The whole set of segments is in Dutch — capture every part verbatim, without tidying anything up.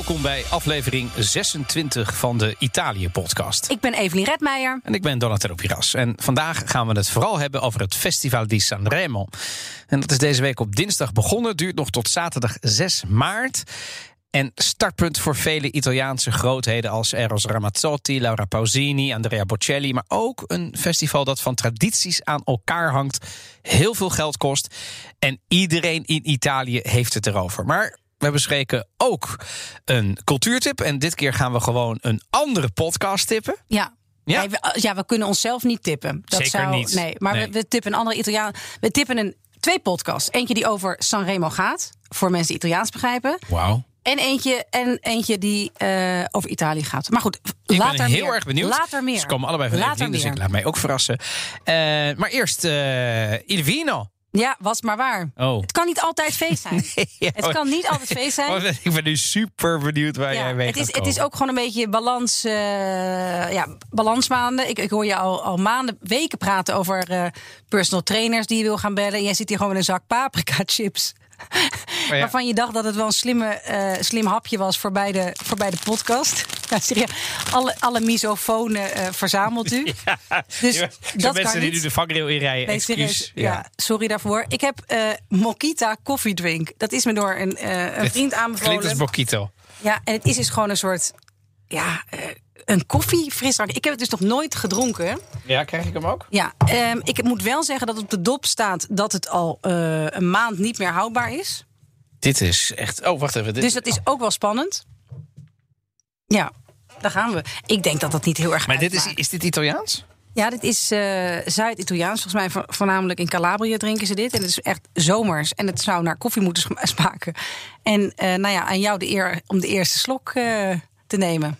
Welkom bij aflevering zesentwintig van de Italië-podcast. Ik ben Evelien Redmeijer. En ik ben Donatello Piras. En vandaag gaan we het vooral hebben over het Festival di Sanremo. En dat is deze week op dinsdag begonnen. Duurt nog tot zaterdag zes maart. En startpunt voor vele Italiaanse grootheden als Eros Ramazzotti, Laura Pausini, Andrea Bocelli. Maar ook een festival dat van tradities aan elkaar hangt, heel veel geld kost. En iedereen in Italië heeft het erover. Maar we bespreken ook een cultuurtip. En dit keer gaan we gewoon een andere podcast tippen. Ja. Ja? Nee, we, ja, we kunnen onszelf niet tippen. Dat Zeker zou, niet. Nee, maar Nee. We, we tippen een andere Italiaan. We tippen een twee podcasts. Eentje die over Sanremo gaat, voor mensen die Italiaans begrijpen. Wauw. En eentje, en eentje die uh, over Italië gaat. Maar goed, Ik later ben heel meer. erg benieuwd. Later meer. Ze komen allebei van Later Evelien, dus meer. ik laat mij ook verrassen. Uh, maar eerst uh, Il Vino. Ja, was maar waar. Oh. Het kan niet altijd feest zijn. Ja, het kan niet altijd feest zijn. Oh, ik ben nu super benieuwd waar Ja, jij mee het gaat is, komen. het is ook gewoon een beetje balans, uh, ja, balansmaanden. Ik, ik hoor je al, al maanden, weken praten over uh, personal trainers die je wil gaan bellen. En jij zit hier gewoon met een zak paprika chips. Ja. Waarvan je dacht dat het wel een slimme, uh, slim hapje was voor bij de, voor bij de podcast. Ja, serieus. Alle, alle misofonen uh, verzamelt u. Ja, dus ja, dat mensen kan die niet. nu de vangrail inrijden. Nee, Excuus. serieus. Ja. ja, sorry daarvoor. Ik heb uh, Mochita Coffee Drink. Dat is me door een, uh, een vriend aanbevolen. Klinkt als Mochito. Ja, en het is dus gewoon een soort, ja, uh, een koffiefrisdrank. Ik heb het dus nog nooit gedronken. Ja, krijg ik hem ook? Ja, um, ik moet wel zeggen dat op de dop staat dat het al uh, een maand niet meer houdbaar is. Dit is echt... Oh, wacht even. Dit... Dus dat is ook wel spannend. Ja, daar gaan we. Ik denk dat dat niet heel erg Maar dit is, uitmaakt. is dit Italiaans? Ja, dit is uh, Zuid-Italiaans. Volgens mij vo- voornamelijk in Calabria drinken ze dit. En het is echt zomers. En het zou naar koffie moeten sma- smaken. En uh, nou ja, aan jou de eer om de eerste slok uh, te nemen.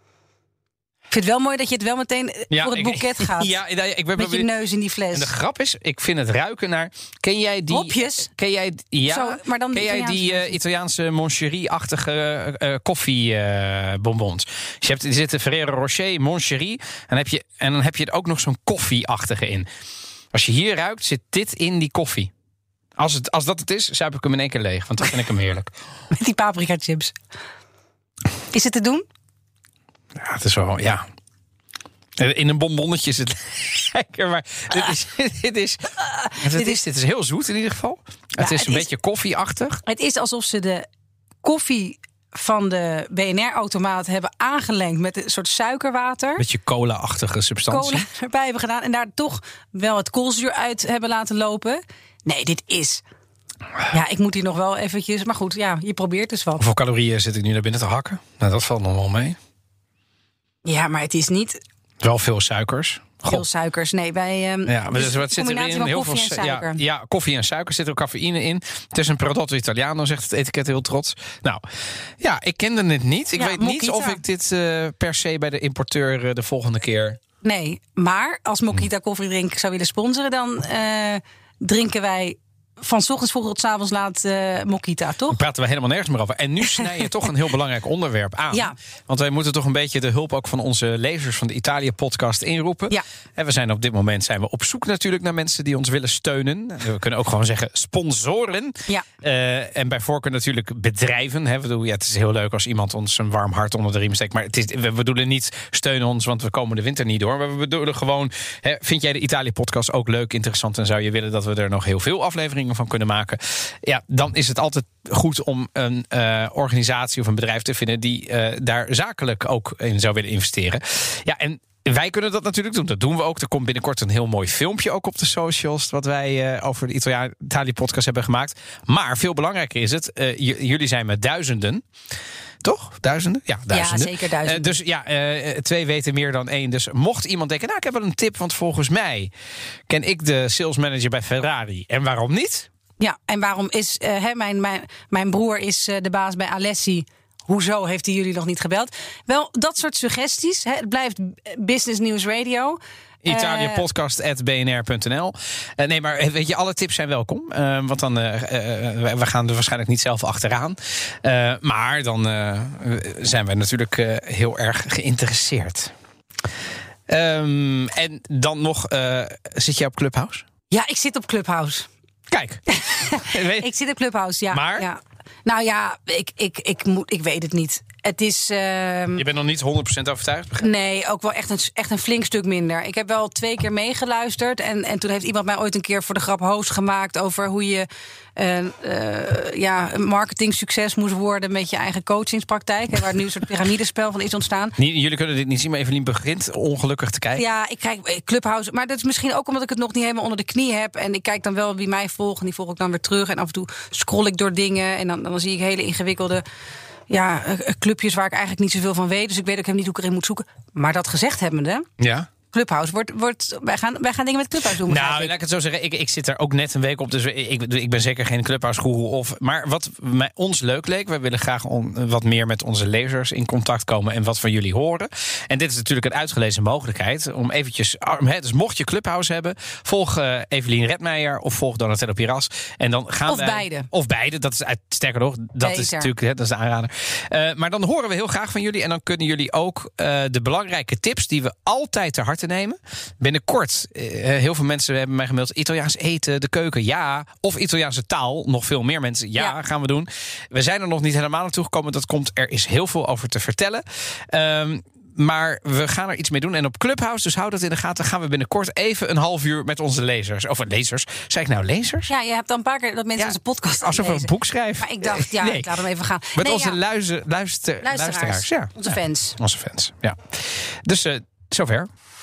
Ik vind het wel mooi dat je het wel meteen Ja, voor het ik- boeket gaat. Ja, ik ben met je benieuwd. neus in die fles. En de grap is, ik vind het ruiken naar... Ken jij die... Hopjes? Ken jij, ja, Zo, maar dan de ken jij Italiaanse die uh, versie. Italiaanse Moncherie-achtige uh, koffiebonbons? Uh, dus je hebt, er zitten Ferrero Rocher, Moncherie... En, dan heb je, en dan heb je er ook nog zo'n koffie-achtige in. Als je hier ruikt, zit dit in die koffie. Als, het, als dat het is, zuip ik hem in één keer leeg. Want dan vind ik hem heerlijk. Met die paprika chips. Is het te doen? Ja, het is wel... Ja. In een bonbonnetje is het lekker, maar dit is, dit is, dit is, dit is heel zoet in ieder geval. Het Ja, is het een is- beetje koffieachtig. Het is alsof ze de koffie van de B N R-automaat hebben aangelengd met een soort suikerwater. Beetje cola-achtige substantie. Cola erbij hebben gedaan en daar toch wel het koolzuur uit hebben laten lopen. Nee, dit is... Ja, ik moet hier nog wel eventjes... Maar goed, ja, je probeert dus wat. Hoeveel calorieën zit ik nu naar binnen te hakken? Nou, dat valt nog wel mee. Ja, maar het is niet Wel veel suikers. veel God. suikers. Nee, wij... Um, Ja, maar dus wat zit erin? Heel veel koffie en su- ja, suiker. ja, koffie en suiker. Zit er ook cafeïne in. Het is een prodotto Italiano, zegt het etiket heel trots. Nou, ja, ik kende het niet. Ik Ja, weet niet Mochita. of ik dit uh, per se bij de importeur uh, de volgende keer... Nee, maar als Mochita koffiedrink zou willen sponsoren... dan uh, drinken wij van 's ochtends vroeg tot 's avonds laat uh, Mochita, toch? Dan praten we helemaal nergens meer over. En nu snij je toch een heel belangrijk onderwerp aan. Ja. Want wij moeten toch een beetje de hulp ook van onze lezers van de Italië-podcast inroepen. Ja. En we zijn op dit moment zijn we op zoek natuurlijk naar mensen die ons willen steunen. We kunnen ook gewoon zeggen sponsoren. Ja. Uh, en bij voorkeur natuurlijk bedrijven. Hè. We bedoelen, ja, het is heel leuk als iemand ons een warm hart onder de riem steekt. Maar het is, we bedoelen niet steun ons, want we komen de winter niet door. Maar we bedoelen gewoon, hè, vind jij de Italië-podcast ook leuk, interessant... en zou je willen dat we er nog heel veel afleveringen van kunnen maken? Ja, dan is het altijd goed om een uh, organisatie of een bedrijf te vinden... die uh, daar zakelijk ook in zou willen investeren. Ja, en wij kunnen dat natuurlijk doen. Dat doen we ook. Er komt binnenkort een heel mooi filmpje ook op de socials... wat wij uh, over de Italia- Italië-podcast hebben gemaakt. Maar veel belangrijker is het... Uh, j- jullie zijn met duizenden... Toch? Duizenden? Ja, duizenden. Ja, zeker duizenden. Uh, dus ja, uh, twee weten meer dan één. Dus mocht iemand denken, nou, ik heb wel een tip... want volgens mij ken ik de salesmanager bij Ferrari. En waarom niet? Ja, en waarom is uh, hè, mijn, mijn, mijn broer is uh, de baas bij Alessi. Hoezo heeft hij jullie nog niet gebeld? Wel, dat soort suggesties. Hè, het blijft Business News Radio. Italiëpodcast at b n r punt n l. Uh, nee, maar weet je, alle tips zijn welkom. Uh, want dan, uh, uh, we gaan er waarschijnlijk niet zelf achteraan. Uh, maar dan uh, zijn wij natuurlijk uh, heel erg geïnteresseerd. Um, en dan nog, uh, zit jij op Clubhouse? Ja, ik zit op Clubhouse. Kijk. Ik zit op Clubhouse, ja. Maar? Ja. Nou ja, ik, ik, ik, moet, ik weet het niet. Het is... Uh... Je bent nog niet honderd procent overtuigd? Begrijp? Nee, ook wel echt een, echt een flink stuk minder. Ik heb wel twee keer meegeluisterd. En, en toen heeft iemand mij ooit een keer voor de grap host gemaakt... over hoe je uh, uh, ja, een marketing succes moest worden... met je eigen coachingspraktijk. Hè, waar nu een soort piramidespel van is ontstaan. Nie, jullie kunnen dit niet zien, maar Evelien begint ongelukkig te kijken. Ja, ik kijk Clubhouse. Maar dat is misschien ook omdat ik het nog niet helemaal onder de knie heb. En ik kijk dan wel wie mij volgt. En die volg ik dan weer terug. En af en toe scroll ik door dingen. En dan, dan zie ik hele ingewikkelde... ja, clubjes waar ik eigenlijk niet zoveel van weet. Dus ik weet ook helemaal niet hoe ik erin moet zoeken. Maar dat gezegd hebbende... Ja. Clubhouse wordt, wordt wij, gaan, wij gaan dingen met Clubhouse doen. Nou, ik. laat ik het zo zeggen. Ik, ik zit er ook net een week op. Dus ik, ik ben zeker geen Clubhouse-goeroe. Of, maar wat mij, ons leuk leek... we willen graag on, wat meer met onze lezers in contact komen... en wat van jullie horen. En dit is natuurlijk een uitgelezen mogelijkheid... om eventjes... He, dus mocht je Clubhouse hebben... volg uh, Evelien Redmeijer of volg Donatello Piras. En dan gaan of wij, beide. Of beide. Dat is uit, sterker nog, dat Beter. is natuurlijk he, dat is de aanrader. Uh, maar dan horen we heel graag van jullie... en dan kunnen jullie ook uh, de belangrijke tips... die we altijd ter harte nemen... Binnenkort, uh, heel veel mensen hebben mij gemaild... Italiaans eten, de keuken, ja. Of Italiaanse taal, nog veel meer mensen, ja, ja. gaan we doen. We zijn er nog niet helemaal naartoe gekomen. Dat komt, er is heel veel over te vertellen. Um, Maar we gaan er iets mee doen. En op Clubhouse, dus houd dat in de gaten... gaan we binnenkort even een half uur met onze lezers. Of lezers. Zeg ik nou lezers? Ja, je hebt dan een paar keer dat mensen ja, onze podcast alsof we een boek schrijven. Maar ik dacht, ja, nee. ik laat hem even gaan. Met nee, onze ja. luister, luister, luisteraars. luisteraars. Ja. Onze fans. Ja, onze fans, ja. Dus uh, zover.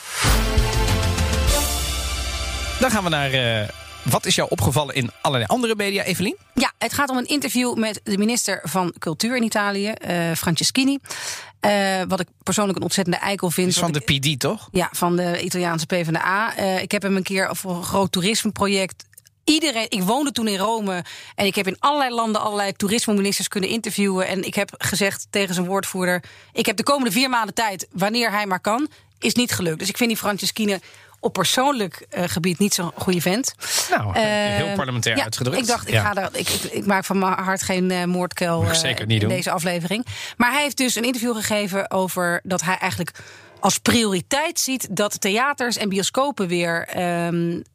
Dan gaan we naar... Uh, wat is jou opgevallen in allerlei andere media, Evelien? Ja, het gaat om een interview met de minister van Cultuur in Italië, uh, Franceschini. Uh, wat ik persoonlijk een ontzettende eikel vind. Is van de ik, P D, toch? Ja, van de Italiaanse PvdA. Uh, ik heb hem een keer voor een groot toerismeproject... Iedereen, ik woonde toen in Rome en ik heb in allerlei landen allerlei toerismeministers kunnen interviewen. En ik heb gezegd tegen zijn woordvoerder... ik heb de komende vier maanden tijd, wanneer hij maar kan, is niet gelukt. Dus ik vind die Franceschini op persoonlijk uh, gebied niet zo'n goede vent. Nou, uh, heel parlementair ja, uitgedrukt. Ik dacht, ik, ja. ga daar, ik, ik, ik maak van mijn hart geen uh, moordkuil uh, zeker niet in doen. deze aflevering. Maar hij heeft dus een interview gegeven over dat hij eigenlijk... als prioriteit ziet dat theaters en bioscopen weer, um, uh,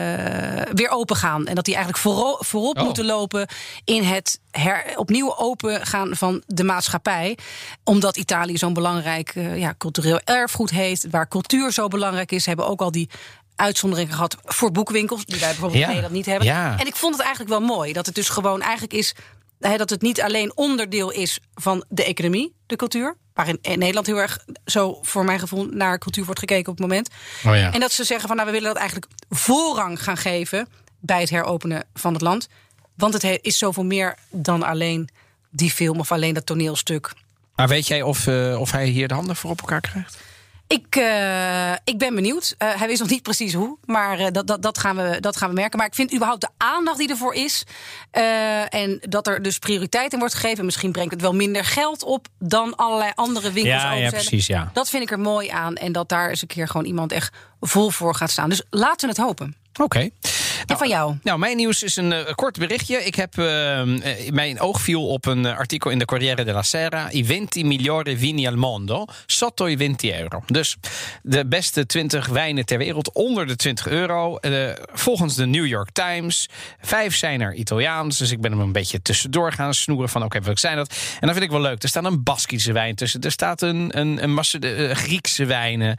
weer open gaan. En dat die eigenlijk voorop, voorop oh. moeten lopen in het her, opnieuw open gaan van de maatschappij. Omdat Italië zo'n belangrijk uh, ja, cultureel erfgoed heeft, waar cultuur zo belangrijk is, hebben ook al die uitzonderingen gehad voor boekwinkels, die wij bijvoorbeeld ja. in Nederland niet hebben. Ja. En ik vond het eigenlijk wel mooi dat het dus gewoon eigenlijk is... He, dat het niet alleen onderdeel is van de economie, de cultuur... waarin in Nederland heel erg zo voor mijn gevoel naar cultuur wordt gekeken op het moment. Oh ja. En dat ze zeggen van nou, we willen dat eigenlijk voorrang gaan geven bij het heropenen van het land. Want het is zoveel meer dan alleen die film of alleen dat toneelstuk. Maar weet jij of, uh, of hij hier de handen voor op elkaar krijgt? Ik, uh, ik ben benieuwd. Uh, hij wist nog niet precies hoe, maar uh, dat, dat, dat, gaan we, dat gaan we merken. Maar ik vind überhaupt de aandacht die ervoor is... Uh, en dat er dus prioriteit in wordt gegeven... misschien brengt het wel minder geld op dan allerlei andere winkels ja, overzetten. Ja, precies, ja. Dat vind ik er mooi aan. En dat daar eens een keer gewoon iemand echt vol voor gaat staan. Dus laten we het hopen. Oké. Okay. En nou, van jou? Nou, mijn nieuws is een uh, kort berichtje. Ik heb uh, mijn oog viel op een uh, artikel in de Corriere della Sera. I venti migliori vini al mondo sotto i venti euro. Dus de beste twintig wijnen ter wereld onder de twintig euro. Uh, volgens de New York Times. Vijf zijn er Italiaans. Dus ik ben hem een beetje tussendoor gaan snoeren van oké, okay, welke zijn dat? En dat vind ik wel leuk. Er staat een Baskische wijn tussen. Er staat een, een, een Maced- uh, Griekse wijnen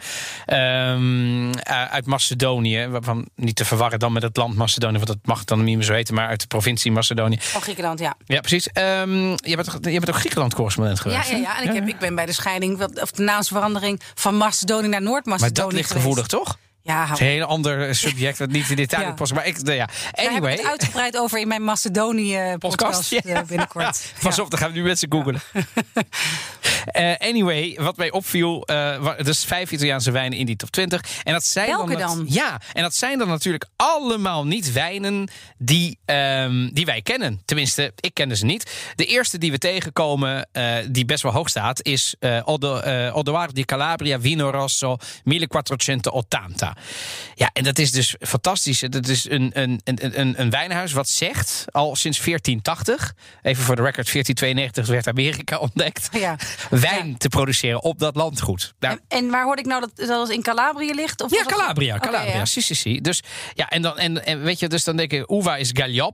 um, uh, uit Macedonië. Waarvan niet te verwarren dan met het land Macedonië, want dat mag dan niet meer zo heten, maar uit de provincie Macedonië. Van Griekenland, ja. Ja, precies. Um, je, bent, je bent ook Griekenland-correspondent geweest. Ja, ja, ja. En ik, heb, ik ben bij de scheiding, of de naamsverandering van Macedonië naar Noord-Macedonië. Maar dat ligt geweest. gevoelig, toch? Ja, het is een heel ander subject dat niet in detail ja. past. Maar ik, ja. Anyway. Daar heb ik het uitgebreid over in mijn Macedonië-podcast ja. uh, binnenkort. Pas op, dan gaan we nu mensen googlen. uh, anyway, wat mij opviel, uh, dus vijf Italiaanse wijnen in die top twintig. En dat zijn Welke dan? dan? Ja, en dat zijn dan natuurlijk allemaal niet wijnen die, um, die wij kennen. Tenminste, ik kende ze niet. De eerste die we tegenkomen, uh, die best wel hoog staat, is uh, Odo, uh, Odoardo di Calabria Vino Rosso millequattrocentottanta. Ja, en dat is dus fantastisch. Dat is een, een, een, een, een wijnhuis wat zegt, al sinds veertien tachtig... even voor de record, veertien tweeënnegentig werd Amerika ontdekt... Ja. wijn ja. te produceren op dat landgoed. Nou, en, en waar hoorde ik nou dat, dat het in Calabrië ligt? Of ja, Calabria. Okay, Calabria, ja. si, si, si. Dus, ja, en, dan, en, en weet je, dus dan denk ik, uva is Gaglioppo.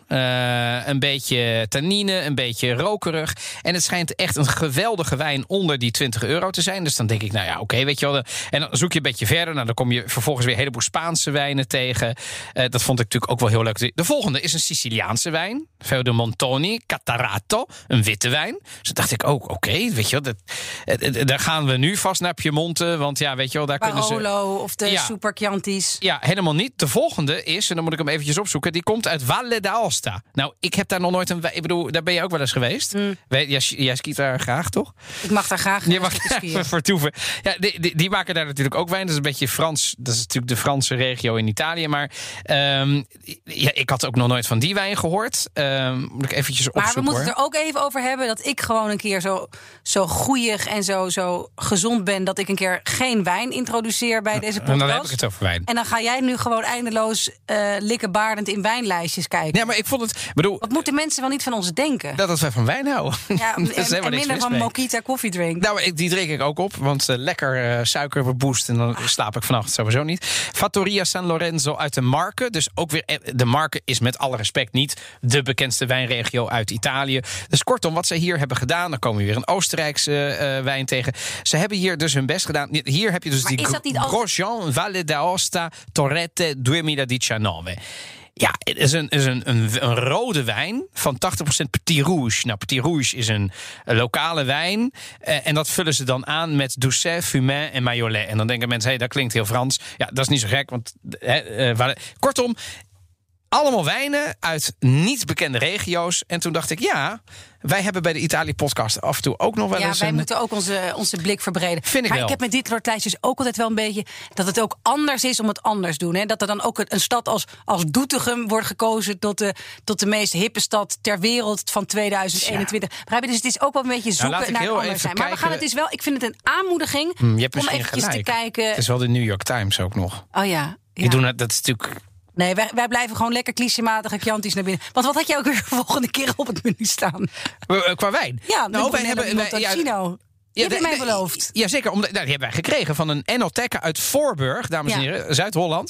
Uh, een beetje tannine, een beetje rokerig. En het schijnt echt een geweldige wijn onder die twintig euro te zijn. Dus dan denk ik, nou ja, oké, okay, weet je wel. En dan zoek je een beetje verder. Nou, dan kom je vervolgens weer een heleboel Spaanse wijnen tegen. Uh, dat vond ik natuurlijk ook wel heel leuk. De volgende is een Siciliaanse wijn. Veudo Montoni, Catarratto, een witte wijn. Dus dan dacht ik ook, oké, okay, weet je wel. Dat, uh, daar gaan we nu vast naar Piemonte. Want ja, weet je wel, daar Barolo kunnen ze... of de ja, Super Chianti's. Ja, helemaal niet. De volgende is, en dan moet ik hem eventjes opzoeken, die komt uit Valle d'Aosta. Nou, ik heb daar nog nooit een... Ik bedoel, daar ben je ook wel eens geweest. Mm. Weet, jij, jij skiet daar graag, toch? Ik mag daar graag je mag skiën. Vertoeven. Ja, die, die, die maken daar natuurlijk ook wijn. Dat is een beetje Frans. Dat is natuurlijk de Franse regio in Italië. Maar um, ja, ik had ook nog nooit van die wijn gehoord. Um, moet ik eventjes opzoeken. Maar we moeten hoor. het er ook even over hebben dat ik gewoon een keer zo, zo goeieig en zo, zo gezond ben dat ik een keer geen wijn introduceer bij deze podcast. En dan heb ik het over wijn. En dan ga jij nu gewoon eindeloos uh, likkenbaardend in wijnlijstjes kijken. Ja, maar ik vond het... Bedoel, wat moeten mensen wel niet van ons denken? Dat het wij van wijn houden. Ja, en, en, en minder van Moquita koffiedrink. Nou, die drink ik ook op, want uh, lekker uh, suiker beboost en dan ah. slaap ik vannacht sowieso niet. Fattoria San Lorenzo uit de Marche. Dus ook weer, de Marche is met alle respect niet de bekendste wijnregio uit Italië. Dus kortom, wat ze hier hebben gedaan, dan komen we weer een Oostenrijkse uh, wijn tegen. Ze hebben hier dus hun best gedaan. Hier heb je dus maar die Grosjean Valle d'Aosta Torrette duemiladiciannove. Ja, het is, een, is een, een, een rode wijn van tachtig procent Petit Rouge. Nou, Petit Rouge is een, een lokale wijn. Eh, en dat vullen ze dan aan met Doucet, Fumé en Mayolet. En dan denken mensen, hé, hey, dat klinkt heel Frans. Ja, dat is niet zo gek, want... Eh, eh, kortom, allemaal wijnen uit niet bekende regio's. En toen dacht ik, ja, wij hebben bij de Italië-podcast af en toe ook nog wel ja, eens... Ja, wij een... moeten ook onze, onze blik verbreden. Vind ik maar wel. Ik heb met dit soort lijstjes ook altijd wel een beetje... dat het ook anders is om het anders te doen. Hè? Dat er dan ook een stad als, als Doetinchem wordt gekozen... Tot de, tot de meest hippe stad ter wereld van tweeduizend eenentwintig. Ja. Dus het is ook wel een beetje zoeken nou, naar het anders zijn. Maar we gaan het dus wel... Ik vind het een aanmoediging hm, om eventjes gelijk. te kijken... Het is wel de New York Times ook nog. Oh ja. Die ja. doen het, dat is natuurlijk... Nee, wij, wij blijven gewoon lekker clichématige Chianti's naar binnen. Want wat had jij ook weer de volgende keer op het menu staan? Uh, qua wijn? Ja, nou, wij hebben... Wij, ja, die heb je mij beloofd. Ja, zeker. Omdat, nou, die hebben wij gekregen van een Enoteca uit Voorburg, dames en ja. heren, Zuid-Holland.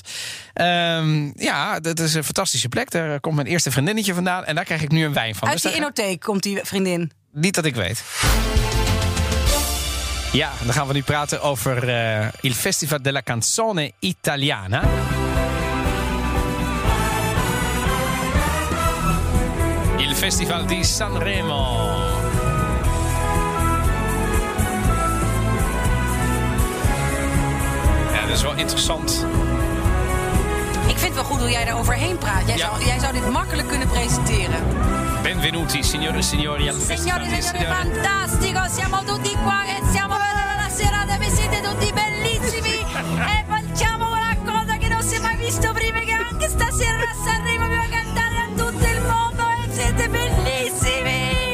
Um, ja, dat is een fantastische plek. Daar komt mijn eerste vriendinnetje vandaan. En daar krijg ik nu een wijn van. Uit dus die Enotheek komt die vriendin? Niet dat ik weet. Ja, dan gaan we nu praten over uh, Il Festival della Canzone Italiana. Il Festival di Sanremo. Ja, dat is wel interessant. Ik vind het wel goed hoe jij daar overheen praat. Jij, ja. zou, jij zou dit makkelijk kunnen presenteren. Benvenuti, signore e signori. Al Signore e signori, fantastico. Siamo tutti qua che siamo per la serata. Vi siete tutti bellissimi. E facciamo una cosa che non si è mai visto prima. Che anche stasera a Sanremo abbiamo cantare a tutto il mondo. E siete bellissimi.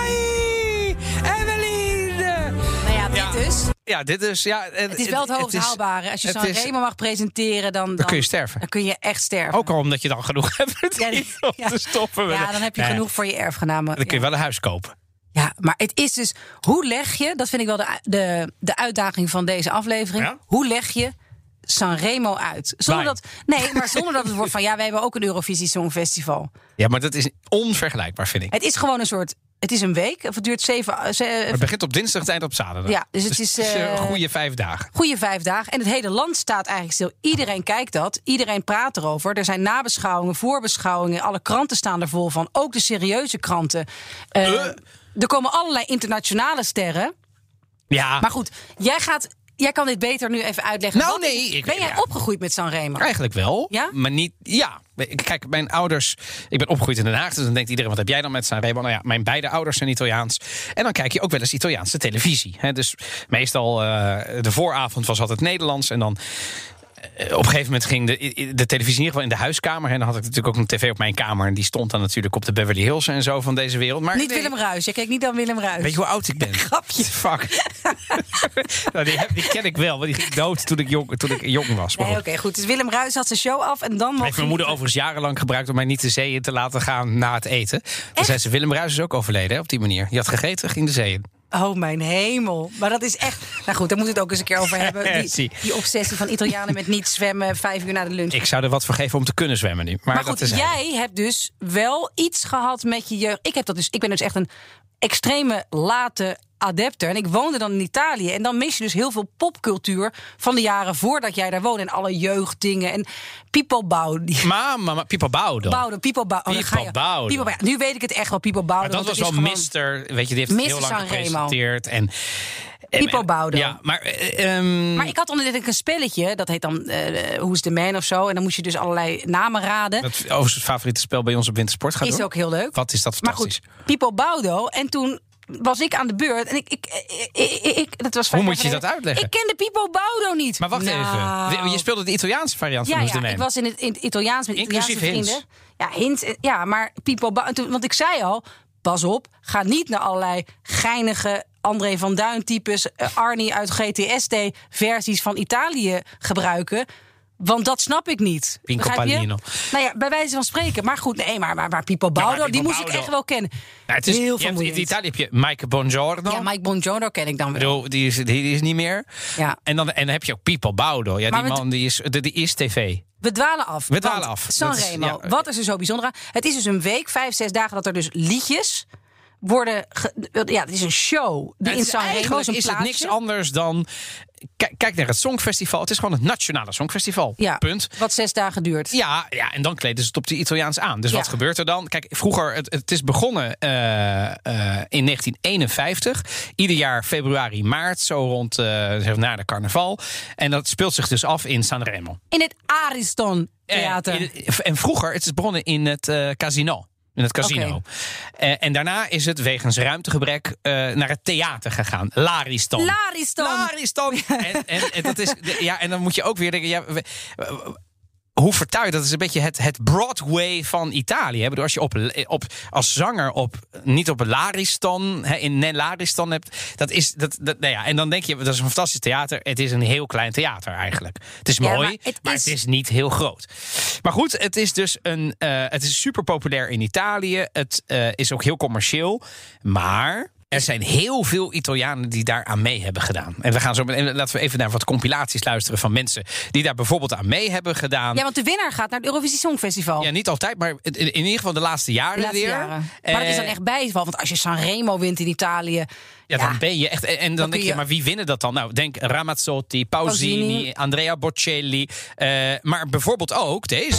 Vai, Evelien. Nou ja, dit ja. dus. Ja, dit is... Ja, het, het is wel het hoogst haalbare. Als je Sanremo mag presenteren, dan, dan... Dan kun je sterven. Dan kun je echt sterven. Ook al omdat je dan genoeg hebt ja, om ja. te stoppen. Ja, dan heb je nee. genoeg voor je erfgenamen. Dan kun je ja. wel een huis kopen. Ja, maar het is dus... Hoe leg je... Dat vind ik wel de, de, de uitdaging van deze aflevering. Ja? Hoe leg je Sanremo uit? Zonder dat, nee, maar zonder dat het wordt van... Ja, wij hebben ook een Eurovisie Songfestival. Ja, maar dat is onvergelijkbaar, vind ik. Het is gewoon een soort... Het is een week, of het duurt zeven... Ze, het begint op dinsdag, het eind op zaterdag. Ja, dus het dus is... Uh, een goede vijf dagen. Goede vijf dagen. En het hele land staat eigenlijk stil. Iedereen kijkt dat. Iedereen praat erover. Er zijn nabeschouwingen, voorbeschouwingen. Alle kranten staan er vol van. Ook de serieuze kranten. Uh, uh. Er komen allerlei internationale sterren. Ja. Maar goed, jij gaat... Jij kan dit beter nu even uitleggen. Nou, Wat, nee. Ik, ben jij ja. opgegroeid met Sanremo? Eigenlijk wel. Ja? Maar niet... Ja. Kijk, mijn ouders... Ik ben opgegroeid in Den Haag, dus dan denkt iedereen... wat heb jij dan met Sanremo? Nou ja, mijn beide ouders zijn Italiaans. En dan kijk je ook wel eens Italiaanse televisie. Hè? Dus meestal uh, de vooravond was altijd Nederlands. En dan... Op een gegeven moment ging de, de televisie in ieder geval in de huiskamer. En dan had ik natuurlijk ook een tv op mijn kamer. En die stond dan natuurlijk op de Beverly Hills en zo van deze wereld. Maar niet Willem Ruijs. Je keek niet aan Willem Ruijs. Weet je hoe oud ik ben? Grapje. Fuck. nou, die, die ken ik wel, want die ging dood toen ik jong, toen ik jong was. Nee, oké, okay, goed. Dus Willem Ruijs had zijn show af en dan... Heeft mijn moeder overigens jarenlang gebruikt om mij niet de zee in te laten gaan na het eten. Dan zei ze, Willem Ruijs is ook overleden hè, op die manier. Je had gegeten, ging de zee in. Oh, mijn hemel. Maar dat is echt... Nou goed, daar moeten we het ook eens een keer over hebben. Die, die obsessie van Italianen met niet zwemmen vijf uur na de lunch. Ik zou er wat voor geven om te kunnen zwemmen nu. Maar, maar goed, dat is jij hebt dus wel iets gehad met je jeugd. Ik heb dat dus. Ik ben dus echt een extreme late adepter. En ik woonde dan in Italië. En dan mis je dus heel veel popcultuur van de jaren voordat jij daar woonde. En alle jeugddingen. En Pippo Baudo. Mama, ma, Pippo Baudo. Baudo, Pippo Baudo. Oh, Pippo Baudo. Pippo Baudo. Nu weet ik het echt wel, Pippo Baudo. Maar dat was wel gewoon... mister Weet je, die heeft het heel lang gepresenteerd. En Pippo Baudo. Ja, maar, uh, um... maar ik had dan natuurlijk een spelletje. Dat heet dan uh, Who's the Man of zo. En dan moest je dus allerlei namen raden. Dat is overigens het favoriete spel bij ons op Wintersport. Gaat is door. ook heel leuk. Wat is dat fantastisch. Maar goed, Pippo Baudo. En toen was ik aan de beurt. En ik... ik, ik, ik, ik dat was Hoe moet je dat uitleggen? Ik kende Pippo Baudo niet. Maar wacht nou. even. Je speelde de Italiaanse variant ja, van Who's ja, the Man. ik was in het, in het Italiaans met Italiaanse Inclusief vrienden. Ja, hint. Ja, maar Pippo Baudo... Want ik zei al, pas op, ga niet naar allerlei geinige André van Duin types, uh, Arnie uit G T S T-versies van Italië gebruiken. Want dat snap ik niet. Pinco Palino. Nou ja, bij wijze van spreken. Maar goed, nee, maar, maar, maar Pippo Baudo, ja, die moest Baudo. ik echt wel kennen. Nou, het is, heel veel. In Italië heb je Mike Bongiorno. Ja, Mike Bongiorno ken ik dan wel. Bedoel, die, is, die, die is niet meer. Ja. En, dan, en dan heb je ook Pippo Baudo. Ja, die man die is, die, die is tv. We dwalen af. We dwalen af. Sanremo, ja. Wat is er zo bijzonder aan? Het is dus een week, vijf, zes dagen dat er dus liedjes worden... Ge, ja, het is een show. Ja, in Sanremo is, is het niks anders dan... Kijk, kijk naar het Songfestival. Het is gewoon het nationale Songfestival. Ja, punt. Wat zes dagen duurt. Ja, ja, en dan kleden ze het op de Italiaans aan. Dus ja. wat gebeurt er dan? Kijk, vroeger, het, het is begonnen uh, uh, in negentien eenenvijftig. Ieder jaar februari, maart, zo rond uh, na de carnaval. En dat speelt zich dus af in Sanremo. In het Ariston Theater. En, en vroeger, het is begonnen in het uh, casino. In het casino. Okay. Uh, en daarna is het wegens ruimtegebrek uh, naar het theater gegaan. Lariston. Lariston. Lariston. en, en, en, dat is, ja, en dan moet je ook weer denken... Ja, we, we, hoe vertuigd, dat is een beetje het, het Broadway van Italië. Bedoel, als je op, op, als zanger op, niet op Lariston, he, in Lariston hebt... Dat is, dat, dat, nou ja, en dan denk je, dat is een fantastisch theater. Het is een heel klein theater eigenlijk. Het is mooi, ja, maar, het, maar is... het is niet heel groot. Maar goed, het is dus een, uh, het is super populair in Italië. Het uh, is ook heel commercieel. Maar... er zijn heel veel Italianen die daar aan mee hebben gedaan. En we gaan zo meteen, laten we even naar wat compilaties luisteren van mensen die daar bijvoorbeeld aan mee hebben gedaan. Ja, want de winnaar gaat naar het Eurovisie Songfestival. Ja, niet altijd, maar in, in ieder geval de laatste jaren de laatste weer. Jaren. Maar het is dan echt bijval, want als je Sanremo wint in Italië... Ja, ja, dan ben je echt... En dan, dan denk je, je, maar wie winnen dat dan? Nou, denk Ramazzotti, Pausini, Pausini. Andrea Bocelli. Uh, maar bijvoorbeeld ook deze.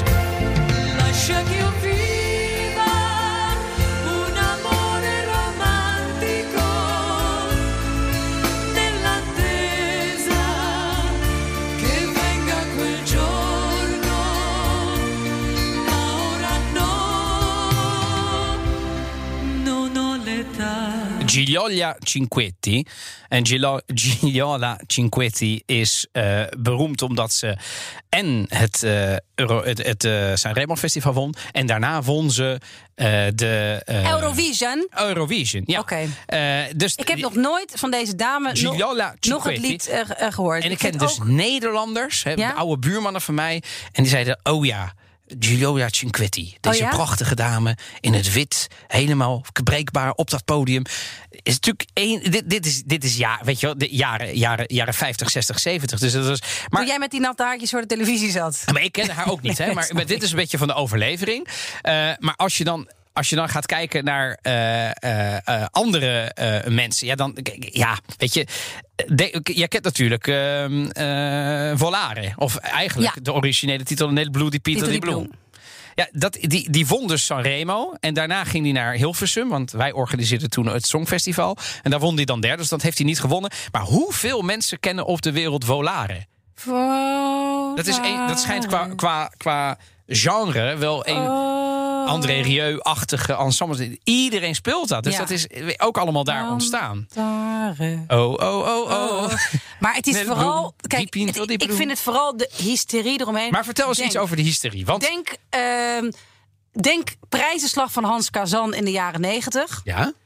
Gigliola Cinquetti. En Gilo, Gigliola Cinquetti is uh, beroemd omdat ze en het, uh, Euro, het, het uh, Sanremo Festival won. En daarna won ze uh, de... Uh, Eurovision? Eurovision, ja. Oké. Okay. Uh, dus ik heb nog nooit van deze dame nog, nog het lied uh, uh, gehoord. En ik, ik ken dus ook... Nederlanders, hè, ja? de oude buurmannen van mij. En die zeiden, oh ja... Gigliola Cinquetti, deze oh ja? prachtige dame in het wit, helemaal breekbaar op dat podium. Is natuurlijk één. Dit, dit is, dit is ja, weet je wel, de jaren, jaren, jaren vijftig, zestig, zeventig. Dus dat was. Maar toen jij met die natte haartjes voor de televisie zat. Maar ik kende haar ook niet, hè? Maar, maar dit is een beetje van de overlevering. Uh, maar als je dan. Als je dan gaat kijken naar uh, uh, uh, andere uh, mensen, ja, dan, ja, weet je, de, je kent natuurlijk uh, uh, Volare, of eigenlijk ja. de originele titel, Nel Blue di Pieter di Bloem. Ja, dat, die, die won dus Sanremo. En daarna ging hij naar Hilversum. Want wij organiseerden toen het Songfestival. En daar won hij dan derde. Dus dat heeft hij niet gewonnen. Maar hoeveel mensen kennen op de wereld Volare? Volare. Dat, is een, dat schijnt qua, qua, qua genre wel een... Oh. André Rieu-achtige ensemble. Iedereen speelt dat. Dus ja. dat is ook allemaal daar ontstaan. Oh, oh, oh, oh. Maar het is Net vooral... Kijk, het, ik vind het vooral de hysterie eromheen. Maar vertel eens denk, iets over de hysterie. Want... Denk, uh, denk prijzenslag van Hans Kazan in de jaren negentig. Ja?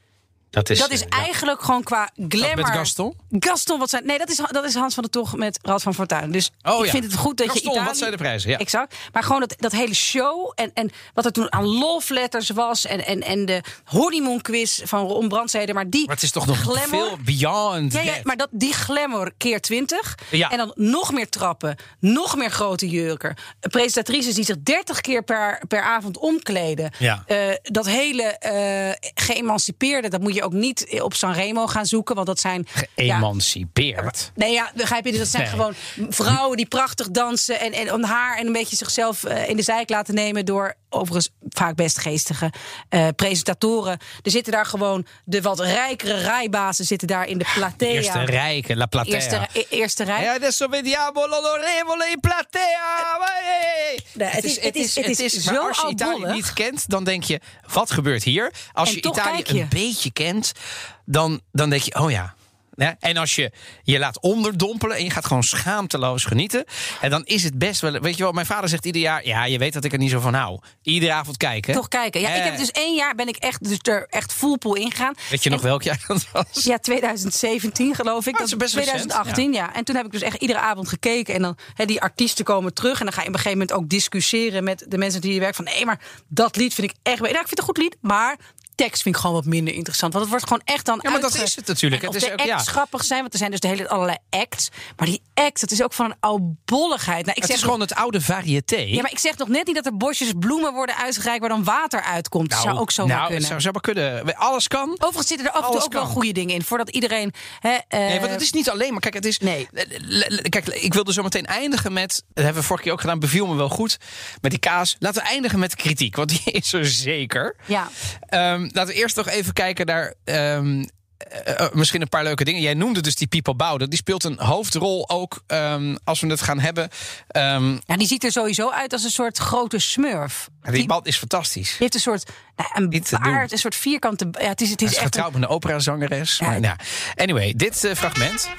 Dat is, dat is uh, eigenlijk ja. gewoon qua glamour. Met Gaston? Gaston, wat zijn... Nee, dat is, dat is Hans van der Tocht met Rad van Fortuyn. Dus oh, ik ja. vind het goed dat Gaston, je Italië... wat zijn de prijzen? Ja. Exact. Maar gewoon dat, dat hele show en, en wat er toen aan love letters was... en, en, en de honeymoon quiz van Ron Brandstede. Maar die Maar het is toch nog glamour, veel beyond ja, ja, that. maar dat, die glamour keer twintig. Ja. En dan nog meer trappen, nog meer grote jurken. Presentatrices die zich dertig keer per, per avond omkleden. Ja. Uh, dat hele uh, geëmancipeerde, dat moet je ook niet op Sanremo gaan zoeken. Want dat zijn... Geëmancipeerd? Ja, nee, ja, begrijp je? Dat zijn nee. gewoon vrouwen die prachtig dansen... en, en om haar en een beetje zichzelf uh, in de zijk laten nemen... door overigens vaak best geestige uh, presentatoren. Er zitten daar gewoon de wat rijkere rijbazen zitten daar in de platea. Eerste rijke, la platea. Eerste, e- eerste rij. E adesso vediamo l'onorevole in platea. Nee, het, is, het is, het is, het is zo als je Italië albollig. niet kent, dan denk je, wat gebeurt hier? Als en je toch Italië je. een beetje kent, dan, dan denk je, oh ja... Ja, en als je je laat onderdompelen en je gaat gewoon schaamteloos genieten... en dan is het best wel... Weet je wel, mijn vader zegt ieder jaar... ja, je weet dat ik er niet zo van hou. Iedere avond kijken. Toch kijken. Ja, eh. ik heb dus één jaar ben ik echt, dus er echt full pool ingegaan. Weet je nog en, welk jaar dat was? Ja, twintig zeventien geloof ik. Oh, dat is best twintig achttien, ja. ja. En toen heb ik dus echt iedere avond gekeken. En dan he, die artiesten komen terug. En dan ga je op een gegeven moment ook discussiëren met de mensen die je werkt. Van nee, maar dat lied vind ik echt... Nou, ik vind het een goed lied, maar... tekst vind ik gewoon wat minder interessant. Want het wordt gewoon echt dan Ja, maar uitge... dat is het natuurlijk. En het of is de ook, acts ja. grappig zijn, want er zijn dus de hele allerlei acts. Maar die act, dat is ook van een oudbolligheid. Nou, ik het zeg is nog... gewoon het oude variété. Ja, maar ik zeg nog net niet dat er bosjes bloemen worden uitgereikt... waar dan water uitkomt. Nou, dat zou ook zomaar nou, kunnen. Zou, zou maar kunnen. Alles kan. Overigens zitten er af en toe ook kan. wel goede dingen in. Voordat iedereen... Hè, uh... Nee, want het is niet alleen maar... Kijk, het is... Nee. Kijk, ik wilde zo meteen eindigen met... Dat hebben we vorige keer ook gedaan. Beviel me wel goed. Met die kaas. Laten we eindigen met kritiek. Want die is er zeker. Ja. Um, laten we eerst nog even kijken naar... Um, Uh, misschien een paar leuke dingen. Jij noemde dus die Piepo Baudet. Die speelt een hoofdrol ook um, als we het gaan hebben. Um, ja, die ziet er sowieso uit als een soort grote smurf. Die, die man is fantastisch. Die heeft een soort nou, een baard, een soort vierkante... Ja, het is, het is, Hij is echt getrouwd met een operazangeres. Ja. Maar, nou, anyway, dit uh, fragment.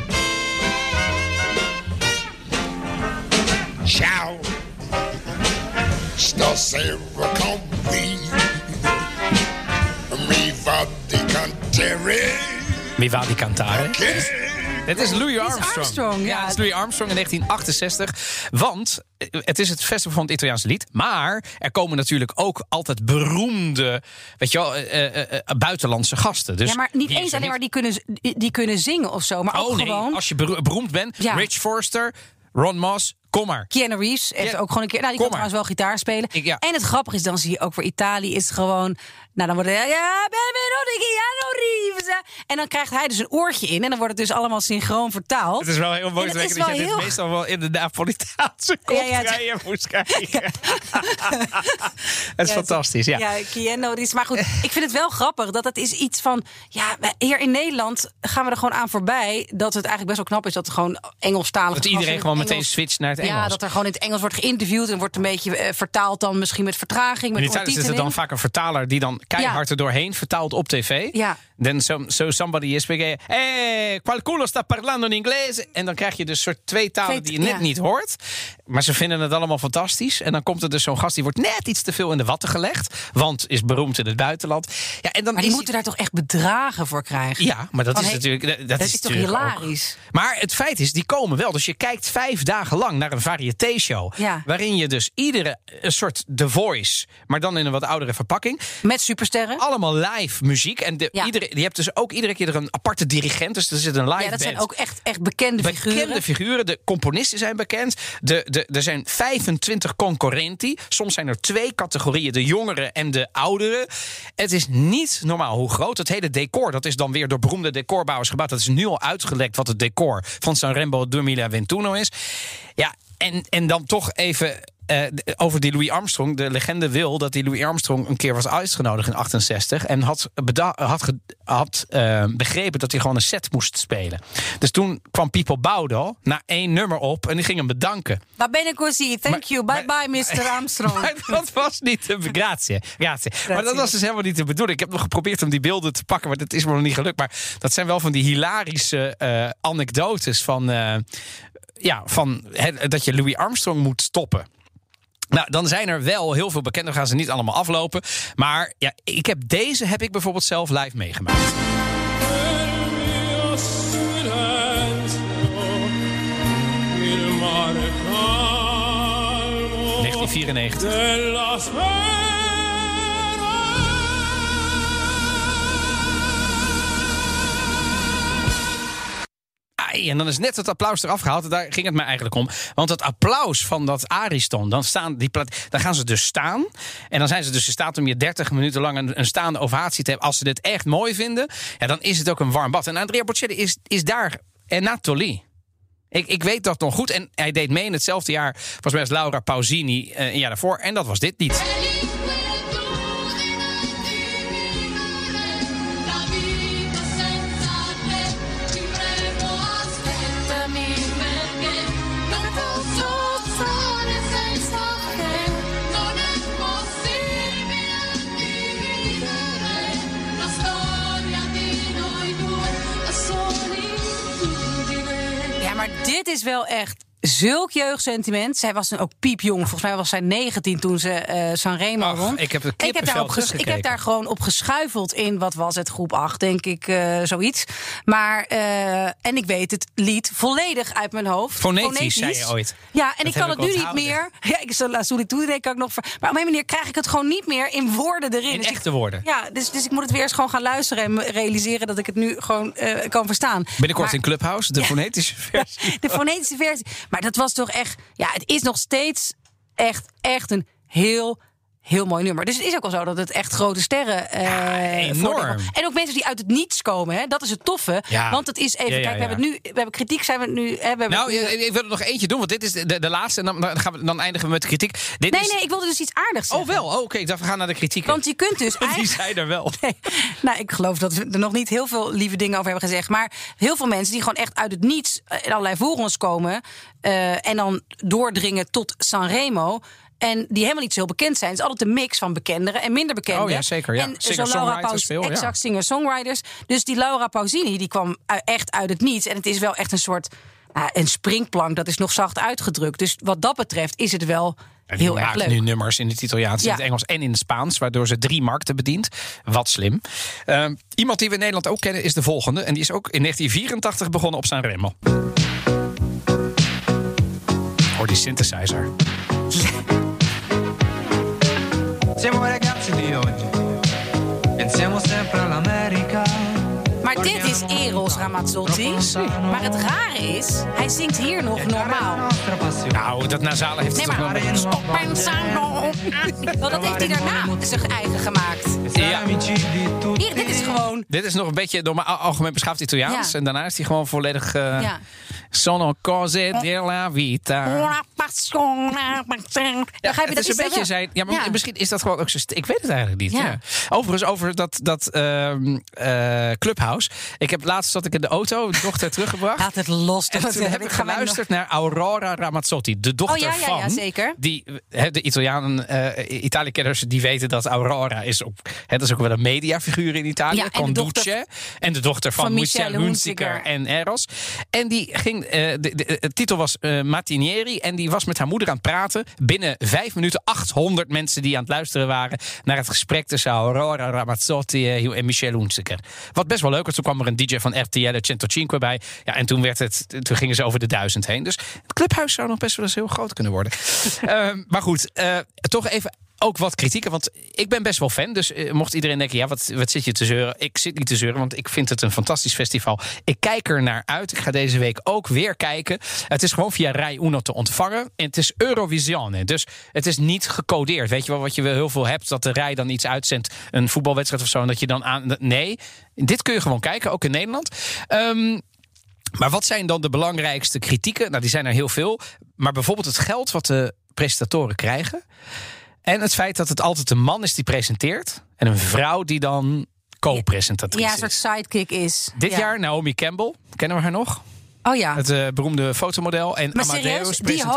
Ciao. Stasera con me. Mi va di cantare. Mi va di cantare. Okay. Dit is Louis Armstrong. Armstrong ja. ja, het is Louis Armstrong in negentien achtenzestig. Want het is het festival van het Italiaanse lied. Maar er komen natuurlijk ook altijd beroemde, weet je wel, uh, uh, uh, buitenlandse gasten. Dus ja, maar niet eens alleen niet... maar die kunnen, die kunnen zingen of zo. Maar oh, ook nee, gewoon... als je beroemd bent. Ja. Rich Forster, Ron Moss... Kom maar. Keanu Reeves heeft ja. ook gewoon een keer... Nou, die kan trouwens wel gitaar spelen. Ik, ja. En het grappige is, dan zie je ook voor Italië is gewoon... Nou, dan wordt het... Ja, benvenuti Keanu Reeves. En dan krijgt hij dus een oortje in. En dan wordt het dus allemaal synchroon vertaald. Het is wel heel mooi dat je heel... dit meestal wel in de Napolitaanse koptreien ja, ja, moest krijgen. Ja. Het is ja, fantastisch, ja. Ja, Keanu Reeves. Maar goed, ik vind het wel grappig dat het is iets van... Ja, hier in Nederland gaan we er gewoon aan voorbij... dat het eigenlijk best wel knap is dat het gewoon Engelstalig... Dat iedereen gewoon Engels, meteen switcht naar het Engels. Ja, dat er gewoon in het Engels wordt geïnterviewd... en wordt een beetje uh, vertaald dan misschien met vertraging. Met in Italië is er dan vaak een vertaler die dan keihard er doorheen vertaalt op tv. Ja. Then so, so somebody is speaking... Hey, qualcuno sta parlando in inglese. En dan krijg je dus soort twee talen die je net ja. niet hoort. Maar ze vinden het allemaal fantastisch. En dan komt er dus zo'n gast die wordt net iets te veel in de watten gelegd. Want is beroemd in het buitenland. Ja, en dan maar die is moeten die... daar toch echt bedragen voor krijgen? Ja, maar dat Van, is hey, natuurlijk... Dat, dat is, is toch natuurlijk hilarisch? Ook. Maar het feit is, die komen wel. Dus je kijkt vijf dagen lang naar een variété-show. Ja. Waarin je dus iedere een soort The Voice... maar dan in een wat oudere verpakking. Met supersterren. Allemaal live muziek. En de, ja. iedere, je hebt dus ook iedere keer er een aparte dirigent. Dus er zit een live band. Ja, dat zijn ook echt, echt bekende, bekende figuren. Bekende figuren. De componisten zijn bekend. De, de, er zijn vijfentwintig concorrenti. Soms zijn er twee categorieën. De jongeren en de ouderen. Het is niet normaal hoe groot. Het hele decor, dat is dan weer door beroemde decorbouwers gebouwd. Dat is nu al uitgelekt wat het decor van Sanremo duemilaventuno is. Ja, en, en dan toch even... Uh, over die Louis Armstrong. De legende wil dat die Louis Armstrong een keer was uitgenodigd in achtenzestig... en had, beda- had, ge- had uh, begrepen dat hij gewoon een set moest spelen. Dus toen kwam Piepo Baudet na één nummer op... en die ging hem bedanken. Va bene così, thank maar, you, bye maar, bye mister Armstrong. Maar dat was niet de grazie. grazie. Maar dat was dus helemaal niet de bedoeling. Ik heb nog geprobeerd om die beelden te pakken... maar dat is me nog niet gelukt. Maar dat zijn wel van die hilarische uh, anekdotes van... Uh, ja, van he, dat je Louis Armstrong moet stoppen. Nou, dan zijn er wel heel veel bekenden. We gaan ze niet allemaal aflopen. Maar ja, ik heb deze heb ik bijvoorbeeld zelf live meegemaakt. negentien vierennegentig. En dan is net het applaus eraf gehaald. Daar ging het mij eigenlijk om. Want het applaus van dat Ariston, dan, staan die pla- dan gaan ze dus staan. En dan zijn ze dus in staat om je dertig minuten lang een, een staande ovatie te hebben. Als ze dit echt mooi vinden, ja, dan is het ook een warm bad. En Andrea Bocelli is, is daar en Nathalie. Ik, ik weet dat nog goed. En hij deed mee in hetzelfde jaar, volgens mij als Laura Pausini, uh, een jaar daarvoor. En dat was dit niet. Maar dit is wel echt zulk jeugdsentiment. Zij was dan ook piepjong. Volgens mij was zij negentien toen ze uh, Sanremo Ach, won. Ik heb, het ik, heb daar op ges- ik heb daar gewoon op geschuifeld in, wat was het, groep acht, denk ik, uh, zoiets. Maar, uh, en ik weet het lied volledig uit mijn hoofd. Fonetisch, Fonetisch. zei je ooit. Ja, en dat ik kan het nu onthouden. niet meer. Ja, ik zal La Solitude kan ik nog. Ver- maar op een manier krijg ik het gewoon niet meer in woorden erin. In dus echte ik, woorden. Ja, dus, dus ik moet het weer eens gewoon gaan luisteren en me realiseren dat ik het nu gewoon uh, kan verstaan. Binnenkort maar, in Clubhouse, de ja, fonetische versie. Ja, de fonetische versie. Maar dat was toch echt. Ja, het is nog steeds echt, echt een heel, heel mooi nummer. Dus het is ook wel zo dat het echt grote sterren. Uh, ja, enorm. En ook mensen die uit het niets komen. Hè? Dat is het toffe. Ja. Want het is even. Ja, ja, kijk, we ja. hebben het nu. We hebben kritiek. Zijn we het nu. Hè, we hebben nou, het nu, ik wil er nog eentje doen, want dit is de, de laatste. En dan, dan, gaan we, dan eindigen we met de kritiek. Dit nee, is... nee, ik wilde dus iets aardigs zeggen. Oh, wel. Oh, Oké, okay. Ik dacht, we gaan naar de kritiek. Want je kunt dus. Die zei er wel. Nee. Nou, ik geloof dat we er nog niet heel veel lieve dingen over hebben gezegd. Maar heel veel mensen die gewoon echt uit het niets in allerlei voorrondes komen. Uh, en dan doordringen tot Sanremo. En die helemaal niet zo heel bekend zijn. Het is altijd een mix van bekenderen en minder bekenden. Oh ja, zeker. Ja. En zo Laura Pausini, exact, ja. singer-songwriters. Dus die Laura Pausini, die kwam echt uit het niets. En het is wel echt een soort uh, een springplank. Dat is nog zacht uitgedrukt. Dus wat dat betreft is het wel en heel erg leuk. Nu nummers in het Italiaans, ja. in het Engels en in het Spaans. Waardoor ze drie markten bedient. Wat slim. Uh, iemand die we in Nederland ook kennen is de volgende. En die is ook in negentien vierentachtig begonnen op Sanremo. Hoor die synthesizer. Siamo ragazzi di oggi. Pensiamo sempre all'America. Maar dit is Eros Ramazzotti. Maar het rare is, hij zingt hier nog normaal. Nou, dat nasale heeft hij nee, toch maar, nog... Stop Wel, dat heeft hij daarna zijn eigen gemaakt. Ja. Hier, dit is gewoon... Dit is nog een beetje normaal, algemeen beschaafd Italiaans. Ja. En daarna is hij gewoon volledig... Uh, ja. Sono cose della vita. Ja, ja, het is een beetje zijn... Ja, maar ja. misschien is dat gewoon ook zo... Ik weet het eigenlijk niet. Ja. Ja. Overigens, over dat, dat uh, uh, Clubhouse. Ik heb laatst zat ik in de auto, de dochter teruggebracht. Laat het los. En toen heb ik geluisterd nog... naar Aurora Ramazzotti. De dochter oh, ja, ja, van... Ja, zeker. Die, de Italianen, uh, Italië-kenners, die weten dat Aurora is ook... Hè, dat is ook wel een mediafiguur in Italië. Ja, en, de dochter, en de dochter van, van Michele Hunziker en Eros. En die ging... Uh, de, de, de, de titel was uh, Matinieri. En die was met haar moeder aan het praten. Binnen vijf minuten achthonderd mensen die aan het luisteren waren... naar het gesprek tussen Aurora Ramazzotti uh, en Michele Hunziker. Wat best wel leuk was. Toen kwam er een D J van R T L centocinque bij. Ja, en toen, werd het, toen gingen ze over de duizend heen. Dus het clubhuis zou nog best wel eens heel groot kunnen worden. uh, maar goed, uh, toch even... Ook wat kritieken, want ik ben best wel fan. Dus uh, mocht iedereen denken, ja, wat, wat zit je te zeuren? Ik zit niet te zeuren, want ik vind het een fantastisch festival. Ik kijk er naar uit. Ik ga deze week ook weer kijken. Het is gewoon via Rai Uno te ontvangen. En het is Eurovisione, dus het is niet gecodeerd. Weet je wel, wat je wel heel veel hebt, dat de Rai dan iets uitzendt. Een voetbalwedstrijd of zo, en dat je dan aan... Nee, dit kun je gewoon kijken, ook in Nederland. Um, maar wat zijn dan de belangrijkste kritieken? Nou, die zijn er heel veel. Maar bijvoorbeeld het geld wat de presentatoren krijgen... En het feit dat het altijd een man is die presenteert... en een vrouw die dan co-presentatrice is. Ja, een soort sidekick is. Dit ja. jaar Naomi Campbell. Kennen we haar nog? Oh ja. Het uh, beroemde fotomodel. En maar Amadeus serieus, presenteert. Die, ho-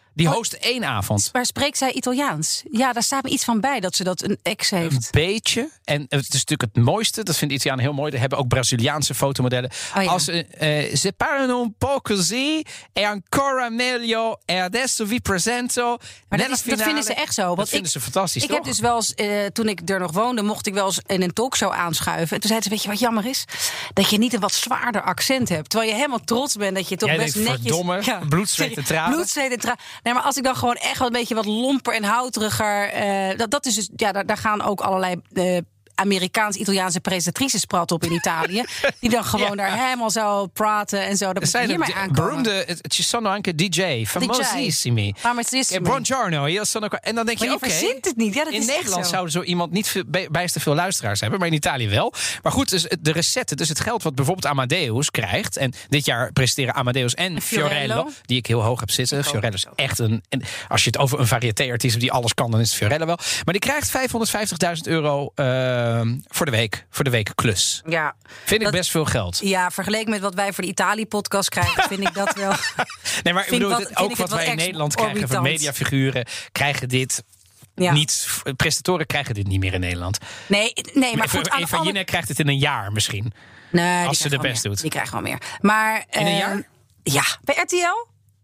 Die Oh. host één avond. Maar spreekt zij Italiaans? Ja, daar staat me iets van bij dat ze dat een ex heeft. Een beetje. En het is natuurlijk het mooiste. Dat vinden Italianen heel mooi. Er hebben ook Braziliaanse fotomodellen. Oh ja. Als uh, se parlano un po' così e ancora meglio e adesso vi presento. Maar dat, nella is, dat finale. vinden ze echt zo. Dat Want vinden ik, ze fantastisch, Ik toch? heb dus wel eens, uh, toen ik er nog woonde, mocht ik wel eens in een talkshow aanschuiven. En toen zei ze, weet je wat jammer is? Dat je niet een wat zwaarder accent hebt. Terwijl je helemaal trots bent dat je toch Jij best denkt, netjes... verdomme, bloed, zweet en tranen. Bloed, zweet en tranen. Nee, maar als ik dan gewoon echt wel een beetje wat lomper en houteriger... Uh, dat, dat is dus, ja, daar, daar gaan ook allerlei... Uh, Amerikaans-Italiaanse presentatrices prat op in Italië. Die dan gewoon Ja. daar helemaal zo praten en zo. Dat moet Zijn hiermee er aankomen. beroemde, ci sono anche D J, famosissimi. Famosissimi. Eh, Buongiorno, io sono qua. En dan denk je, Maar je oké. verzint het niet. Ja, dat in is echt Nederland zo. zou zo iemand niet veel, bij- bijst te veel luisteraars hebben, maar in Italië wel. Maar goed, dus de recetten, dus het geld wat bijvoorbeeld Amadeus krijgt. En dit jaar presenteren Amadeus en Fiorello. Fiorello, die ik heel hoog heb zitten. Ik ook. Fiorello is echt een. En als je het over een variété-artiest hebt die alles kan, dan is het Fiorello wel. Maar die krijgt vijfhonderdvijftigduizend euro uh, voor de week. Voor de week klus. Ja, Vind ik dat- best veel geld. Ja, vergeleken met wat wij voor de Italië-podcast krijgen, vind ik dat wel. Nee, maar ik Vind bedoel, wat- dit- vind ook ik wat het wij wat in Nederland krijgen van exorbitant. mediafiguren, krijgen dit Ja. niet. Presentatoren krijgen dit niet meer in Nederland. Nee, nee, maar goed. aan Eva alle- Jinek krijgt het in een jaar misschien. Nee, die als ze krijgt de wel best meer. doet. Die krijgt wel meer. Maar, In een eh, jaar? Ja, bij R T L?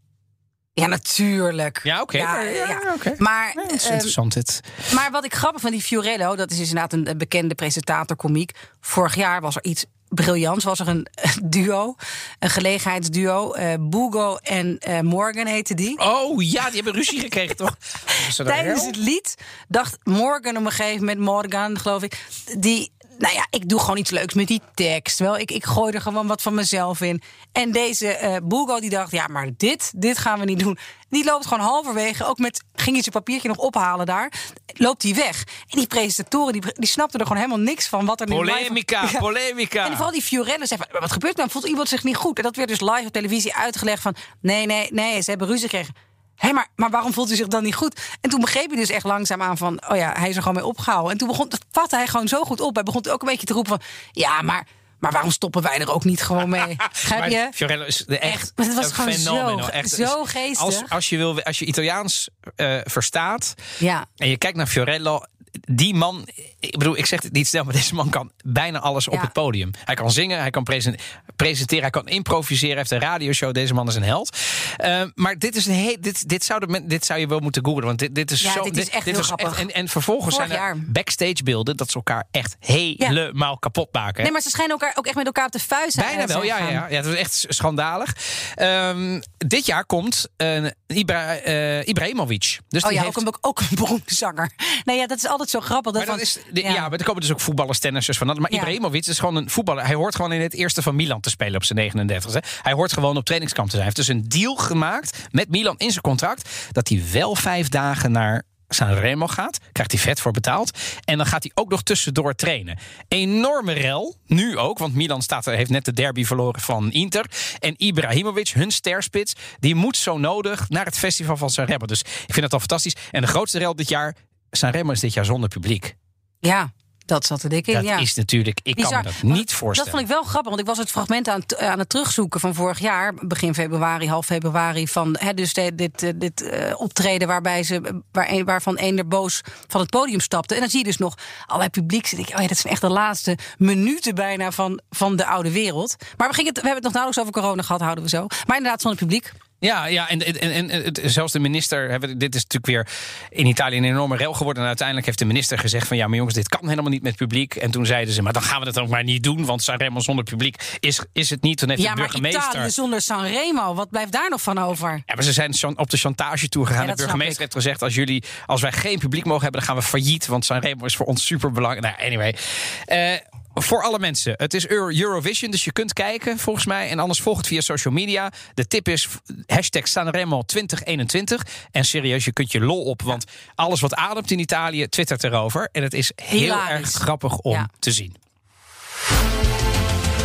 Ja, natuurlijk. Ja, oké. Ja, Maar- ja, ja. oké. Maar, Ja, dat is ehm, interessant dit. maar wat ik grappig van die Fiorello, dat is dus inderdaad een, een bekende presentator, komiek. Vorig jaar was er iets briljants. Was er een duo, een gelegenheidsduo. eh Bugo en eh, Morgan heette die. Oh ja, die hebben ruzie gekregen, toch? Is dat Tijdens hel? het lied dacht Morgan op een gegeven moment, Morgan geloof ik, die, nou ja, ik doe gewoon iets leuks met die tekst. Wel, ik, ik gooi er gewoon wat van mezelf in. En deze eh Bugo die dacht, ja, maar dit, dit gaan we niet doen. Die loopt gewoon halverwege, ook met, ging hij zijn papiertje nog ophalen daar, loopt hij weg. En die presentatoren, die, die snapten er gewoon helemaal niks van wat er nu live- Polemica, Ja. polemica. En vooral die Fiorello zei van, wat gebeurt nou? Voelt iemand zich niet goed? En dat werd dus live op televisie uitgelegd van, nee, nee, nee, ze hebben ruzie gekregen. Hé, maar, maar waarom voelt hij zich dan niet goed? En toen begreep hij dus echt langzaam aan van, oh ja, hij is er gewoon mee opgehouden. En toen begon, dat vatte hij gewoon zo goed op. Hij begon ook een beetje te roepen van, ja, maar, maar waarom stoppen wij er ook niet gewoon mee? Begrijp Maar je? Fiorello is de echt, Echt, maar het was een gewoon fenomeno. zo- Echt, zo is- geestig. Als, als, je wil, als je Italiaans uh, verstaat Ja. en je kijkt naar Fiorello, die man, ik bedoel, ik zeg het niet snel, maar deze man kan bijna alles op Ja. het podium. Hij kan zingen, hij kan presen- presenteren, hij kan improviseren, hij heeft een radioshow. Deze man is een held. Uh, maar dit is een he- dit, dit, zou de, dit zou je wel moeten googlen, want dit, dit is Ja, zo. dit is echt heel was grappig. en, en vervolgens Vorig zijn er jaar. backstage beelden dat ze elkaar echt helemaal kapot maken. Nee, maar ze schijnen elkaar ook echt met elkaar op de vuist Bijna wel, ja, ja, ja. ja. Het was echt schandalig. Um, dit jaar komt uh, Ibra, uh, Ibrahimovic. Dus Oh die ja, heeft... ook, een, ook een beroemde zanger. Nee, ja, dat is altijd zo grappig. Dat Maar dat van- is, de, ja. ja, maar er komen dus ook voetballers, tennissers van dat. Maar Ja. Ibrahimovic is gewoon een voetballer. Hij hoort gewoon in het eerste van Milan te spelen op zijn negenendertigste. Hij hoort gewoon op trainingskamp te zijn. Hij heeft dus een deal gemaakt met Milan in zijn contract dat hij wel vijf dagen naar Sanremo gaat. Krijgt hij vet voor betaald. En dan gaat hij ook nog tussendoor trainen. Enorme rel. Nu ook, want Milan staat, heeft net de derby verloren van Inter. En Ibrahimovic, hun sterspits, die moet zo nodig naar het festival van Sanremo. Dus ik vind dat al fantastisch. En de grootste rel dit jaar, Sanremo is dit jaar zonder publiek. Ja, dat zat er dik in. Dat ja. is natuurlijk, ik Bizar. kan me dat Maar niet voorstellen. Dat vond ik wel grappig, want ik was het fragment aan, het- aan het terugzoeken van vorig jaar, begin februari, half februari, van hè, dus de, dit, eh, dit uh, optreden waarbij ze, waar een, waarvan een er boos van het podium stapte. En dan zie je dus nog allerlei publiek. Zit ik, oh ja, dat zijn echt de laatste minuten bijna van, van de oude wereld. Maar we, gingen het, we hebben het nog nauwelijks over corona gehad, houden we zo. Maar inderdaad, zonder publiek. Ja, ja en, en, en, en het- zelfs de minister, hebben, dit is natuurlijk weer in Italië een enorme rel geworden. En uiteindelijk heeft de minister gezegd van ja, maar jongens, dit kan helemaal niet met publiek. En toen zeiden ze, maar dan gaan we dat ook maar niet doen, want Sanremo zonder publiek is, is het niet. Toen heeft Ja, de maar burgemeester... Italië zonder Sanremo, wat blijft daar nog van over? Ja, maar ze zijn chan- op de chantage toe gegaan. Ja, de dat burgemeester snap ik. heeft gezegd, als jullie, als wij geen publiek mogen hebben, dan gaan we failliet. Want Sanremo is voor ons super belangrijk. Nou, anyway. Eh, voor alle mensen. Het is Euro- Eurovision, dus je kunt kijken volgens mij. En anders volg het via social media. De tip is hashtag Sanremo twintig eenentwintig. En serieus, je kunt je lol op. Want alles wat ademt in Italië twittert erover. En het is heel Hilarisch. erg grappig om Ja. te zien.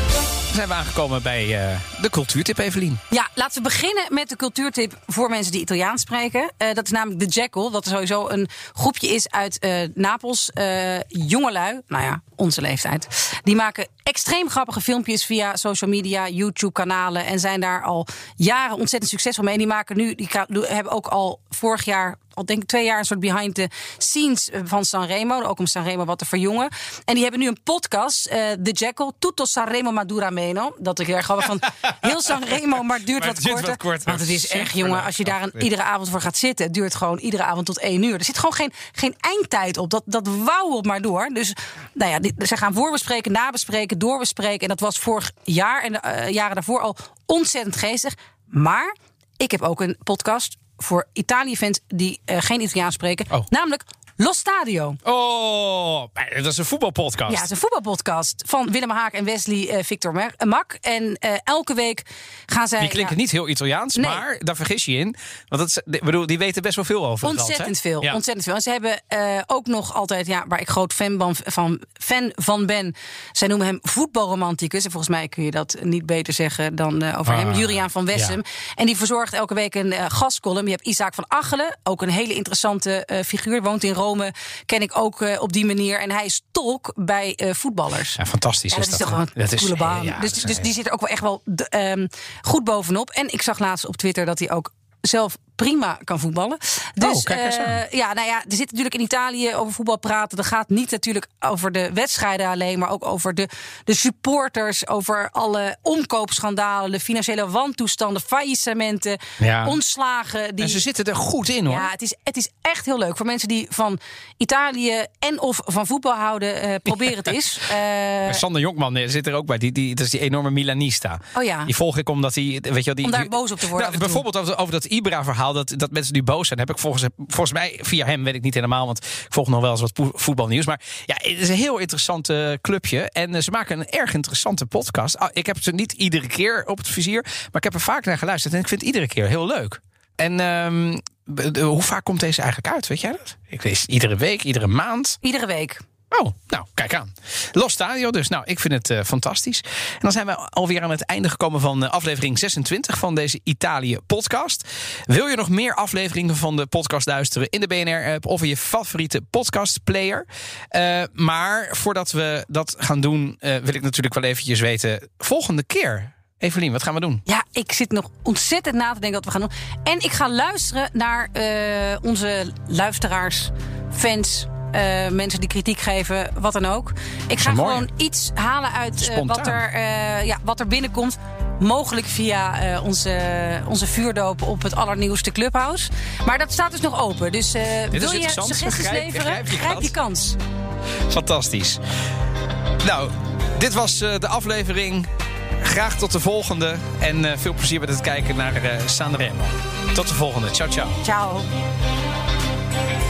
zijn we aangekomen bij uh, de cultuurtip, Evelien. Ja, laten we beginnen met de cultuurtip voor mensen die Italiaans spreken. Uh, dat is namelijk de Jackal, wat sowieso een groepje is uit uh, Napels. Uh, jongelui, nou ja, onze leeftijd. Die maken extreem grappige filmpjes via social media, YouTube-kanalen. En zijn daar al jaren ontzettend succesvol mee. En die maken nu, die hebben ook al vorig jaar, al denk ik twee jaar, een soort behind the scenes van Sanremo. Ook om Sanremo wat te verjongen. En die hebben nu een podcast, uh, The Jackal, Tutto Sanremo ma dura meno. Dat ik er gewoon van heel Sanremo, maar het duurt, maar wat, het duurt korter. wat korter. Want het is echt, jongen, als je daar een, iedere avond voor gaat zitten, het duurt gewoon iedere avond tot één uur. Er zit gewoon geen, geen eindtijd op. Dat, dat wauwelt maar door. Dus nou ja, die, ze gaan voorbespreken, nabespreken, doorbespreken. En dat was vorig jaar en de uh, jaren daarvoor al ontzettend geestig. Maar ik heb ook een podcast voor Italië-fans die uh, geen Italiaans spreken. Oh. Namelijk Lo Stadio. Oh, dat is een voetbalpodcast. Ja, het is een voetbalpodcast van Willem Haak en Wesley uh, Victor Mak. En uh, elke week gaan zij... Die klinken ja, niet heel Italiaans, nee. Maar daar vergis je in. Want dat is, bedoel, die weten best wel veel over het land. Ontzettend veel, ja. ontzettend veel. En ze hebben uh, ook nog altijd, ja, waar ik groot fan van, van, fan van ben. Zij noemen hem voetbalromanticus. En volgens mij kun je dat niet beter zeggen dan uh, over ah, hem. Juriaan van Wessem. Ja. En die verzorgt elke week een uh, gastcolumn. Je hebt Isaac van Achelen, ook een hele interessante uh, figuur. Woont in Rome. Ken ik ook uh, op die manier. En hij is tolk bij uh, voetballers. Ja, fantastisch. Ja, dat is is dat toch gewoon een coole baan. Ja, dus dus die zit er ook wel echt wel um, goed bovenop. En ik zag laatst op Twitter dat hij ook zelf prima kan voetballen. Dus oh, kijk eens aan. Uh, ja, nou ja, er zit natuurlijk in Italië over voetbal praten. Dat gaat niet natuurlijk over de wedstrijden alleen, maar ook over de, de supporters, over alle omkoopschandalen, de financiële wantoestanden, faillissementen, ja. ontslagen. Die... En ze zitten er goed in, hoor. Ja, het is, het is echt heel leuk voor mensen die van Italië en of van voetbal houden. Uh, probeer het eens. Uh... Sander Jonkman zit er ook bij. Die, die, dat is die enorme Milanista. Oh ja. Die volg ik omdat hij, weet je wel, die, om daar boos op te worden. Nou, bijvoorbeeld over, over dat Ibra-verhaal. Dat, dat mensen nu boos zijn. Heb ik volgens, volgens mij via hem, weet ik niet helemaal. Want ik volg nog wel eens wat voetbalnieuws. Maar ja, het is een heel interessant uh, clubje. En uh, ze maken een erg interessante podcast. Ah, ik heb ze niet iedere keer op het vizier. Maar ik heb er vaak naar geluisterd. En ik vind het iedere keer heel leuk. En um, hoe vaak komt deze eigenlijk uit? Weet jij dat? Ik weet iedere week, iedere maand. Iedere week. Oh, nou, kijk aan. Lo Stadio dus. Nou, ik vind het uh, fantastisch. En dan zijn we alweer aan het einde gekomen van uh, aflevering zesentwintig van deze Italië-podcast. Wil je nog meer afleveringen van de podcast luisteren in de B N R-app of in je favoriete podcastplayer? Uh, maar voordat we dat gaan doen, uh, wil ik natuurlijk wel eventjes weten, volgende keer, Evelien, wat gaan we doen? Ja, ik zit nog ontzettend na te denken wat we gaan doen. En ik ga luisteren naar uh, onze luisteraars, fans, Uh, mensen die kritiek geven, wat dan ook. Ik ga gewoon iets halen uit uh, wat, er, uh, ja, wat er binnenkomt. Mogelijk via uh, onze, onze vuurdoop op het allernieuwste Clubhouse. Maar dat staat dus nog open. Dus uh, wil je suggesties grijp, leveren? Grijp je, grijp je kans. Fantastisch. Nou, dit was uh, de aflevering. Graag tot de volgende. En uh, veel plezier met het kijken naar uh, Sanremo. Tot de volgende. Ciao, ciao. Ciao.